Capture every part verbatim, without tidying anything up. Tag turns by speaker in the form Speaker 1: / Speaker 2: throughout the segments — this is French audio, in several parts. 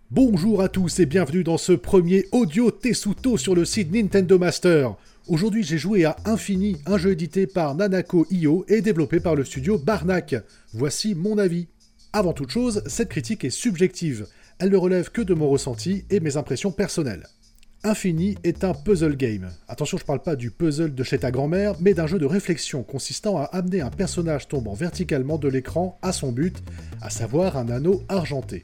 Speaker 1: Bonjour à tous et bienvenue dans ce premier audio Tessuto sur le site Nintendo Master. Aujourd'hui j'ai joué à Infini, un jeu édité par Nanako point i o et développé par le studio Barnac. Voici mon avis. Avant toute chose, cette critique est subjective. Elle ne relève que de mon ressenti et mes impressions personnelles. Infini est un puzzle game. Attention, je parle pas du puzzle de chez ta grand-mère, mais d'un jeu de réflexion consistant à amener un personnage tombant verticalement de l'écran à son but, à savoir un anneau argenté.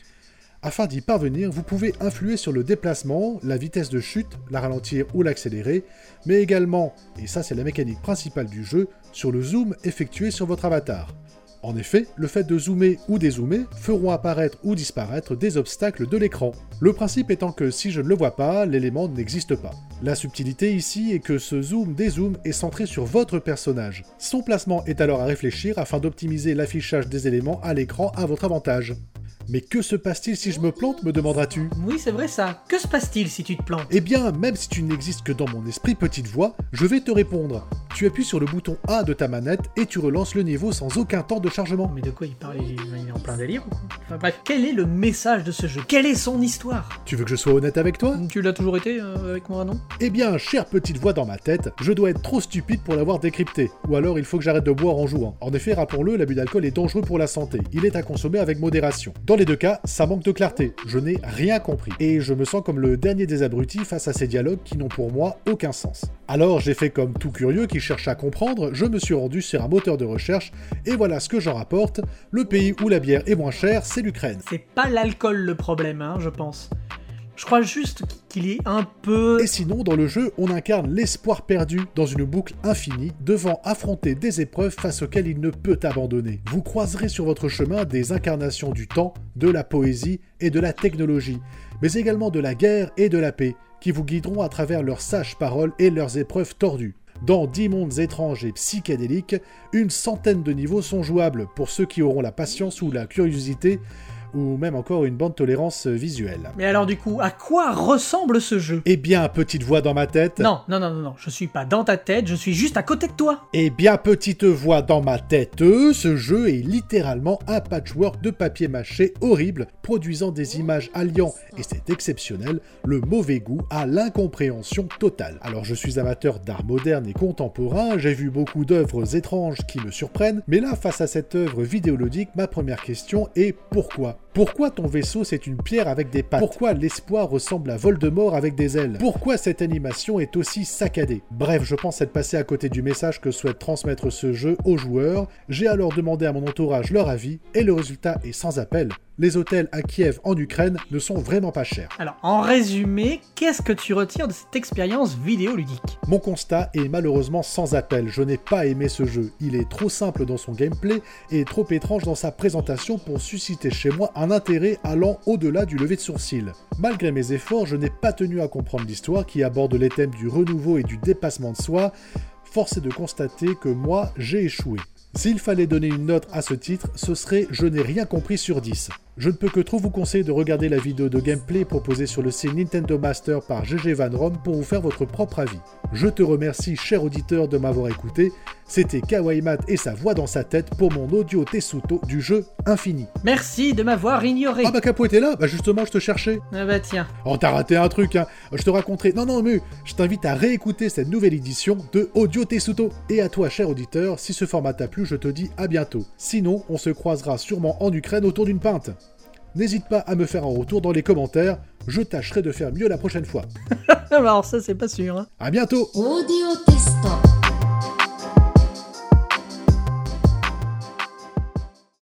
Speaker 1: Afin d'y parvenir, vous pouvez influer sur le déplacement, la vitesse de chute, la ralentir ou l'accélérer, mais également, et ça c'est la mécanique principale du jeu, sur le zoom effectué sur votre avatar. En effet, le fait de zoomer ou dézoomer feront apparaître ou disparaître des obstacles de l'écran. Le principe étant que si je ne le vois pas, l'élément n'existe pas. La subtilité ici est que ce zoom-dézoom est centré sur votre personnage. Son placement est alors à réfléchir afin d'optimiser l'affichage des éléments à l'écran à votre avantage. Mais que se passe-t-il si je me plante, me demanderas-tu ?
Speaker 2: Oui, c'est vrai ça. Que se passe-t-il si tu te plantes ?
Speaker 1: Eh bien, même si tu n'existes que dans mon esprit petite voix, je vais te répondre. Tu appuies sur le bouton A de ta manette et tu relances le niveau sans aucun temps de chargement.
Speaker 2: Mais de quoi il parle ? Il est en plein délire ou quoi ? Enfin bref, quel est le message de ce jeu ? Quelle est son histoire ?
Speaker 1: Tu veux que je sois honnête avec toi ?
Speaker 2: Tu l'as toujours été euh, avec moi, non ?
Speaker 1: Eh bien, chère petite voix dans ma tête, je dois être trop stupide pour l'avoir décrypté. Ou alors il faut que j'arrête de boire en jouant. En effet, rappelons-le, l'abus d'alcool est dangereux pour la santé. Il est à consommer avec modération. Dans les deux cas, ça manque de clarté. Je n'ai rien compris. Et je me sens comme le dernier des abrutis face à ces dialogues qui n'ont pour moi aucun sens. Alors j'ai fait comme tout curieux qui cherche à comprendre, je me suis rendu sur un moteur de recherche, et voilà ce que j'en rapporte. Le pays où la bière est moins chère, c'est l'Ukraine.
Speaker 2: C'est pas l'alcool le problème, hein, je pense. Je crois juste qu'il est un peu...
Speaker 1: Et sinon, dans le jeu, on incarne l'espoir perdu dans une boucle infinie, devant affronter des épreuves face auxquelles il ne peut abandonner. Vous croiserez sur votre chemin des incarnations du temps, de la poésie et de la technologie, mais également de la guerre et de la paix, qui vous guideront à travers leurs sages paroles et leurs épreuves tordues. Dans dix mondes étranges et psychédéliques, une centaine de niveaux sont jouables pour ceux qui auront la patience ou la curiosité, ou même encore une bonne tolérance visuelle.
Speaker 2: Mais alors du coup, à quoi ressemble ce jeu ?
Speaker 1: Eh bien, petite voix dans ma tête...
Speaker 2: Non, non, non, non, non, je suis pas dans ta tête, je suis juste à côté de toi.
Speaker 1: Eh bien, petite voix dans ma tête, euh, ce jeu est littéralement un patchwork de papier mâché horrible, produisant des images alliant, et c'est exceptionnel, le mauvais goût à l'incompréhension totale. Alors, je suis amateur d'art moderne et contemporain, j'ai vu beaucoup d'œuvres étranges qui me surprennent, mais là, face à cette œuvre vidéoludique, ma première question est pourquoi ? Pourquoi ton vaisseau c'est une pierre avec des pattes ? Pourquoi l'espoir ressemble à Voldemort avec des ailes ? Pourquoi cette animation est aussi saccadée ? Bref, je pense être passé à côté du message que souhaite transmettre ce jeu aux joueurs. J'ai alors demandé à mon entourage leur avis, et le résultat est sans appel. Les hôtels à Kiev en Ukraine ne sont vraiment pas chers.
Speaker 2: Alors, en résumé, qu'est-ce que tu retires de cette expérience vidéoludique ?
Speaker 1: Mon constat est malheureusement sans appel. Je n'ai pas aimé ce jeu. Il est trop simple dans son gameplay et trop étrange dans sa présentation pour susciter chez moi un intérêt allant au-delà du lever de sourcil. Malgré mes efforts, je n'ai pas tenu à comprendre l'histoire qui aborde les thèmes du renouveau et du dépassement de soi. Force est de constater que moi, j'ai échoué. S'il fallait donner une note à ce titre, ce serait « Je n'ai rien compris sur dix ». Je ne peux que trop vous conseiller de regarder la vidéo de gameplay proposée sur le site Nintendo Master par G G Van Rom pour vous faire votre propre avis. Je te remercie, cher auditeur, de m'avoir écouté. C'était Kawaimat et sa voix dans sa tête pour mon audio Tessuto du jeu Infini.
Speaker 2: Merci de m'avoir ignoré.
Speaker 1: Ah bah Capo était là, bah justement je te cherchais.
Speaker 2: Ah bah tiens.
Speaker 1: Oh t'as raté un truc hein, je te raconterai. Non non mais je t'invite à réécouter cette nouvelle édition de Audio Tessuto. Et à toi cher auditeur, si ce format t'a plu, je te dis à bientôt. Sinon, on se croisera sûrement en Ukraine autour d'une pinte. N'hésite pas à me faire un retour dans les commentaires, je tâcherai de faire mieux la prochaine fois.
Speaker 2: Alors ça c'est pas sûr. Hein.
Speaker 1: À bientôt.
Speaker 3: Audio Testo.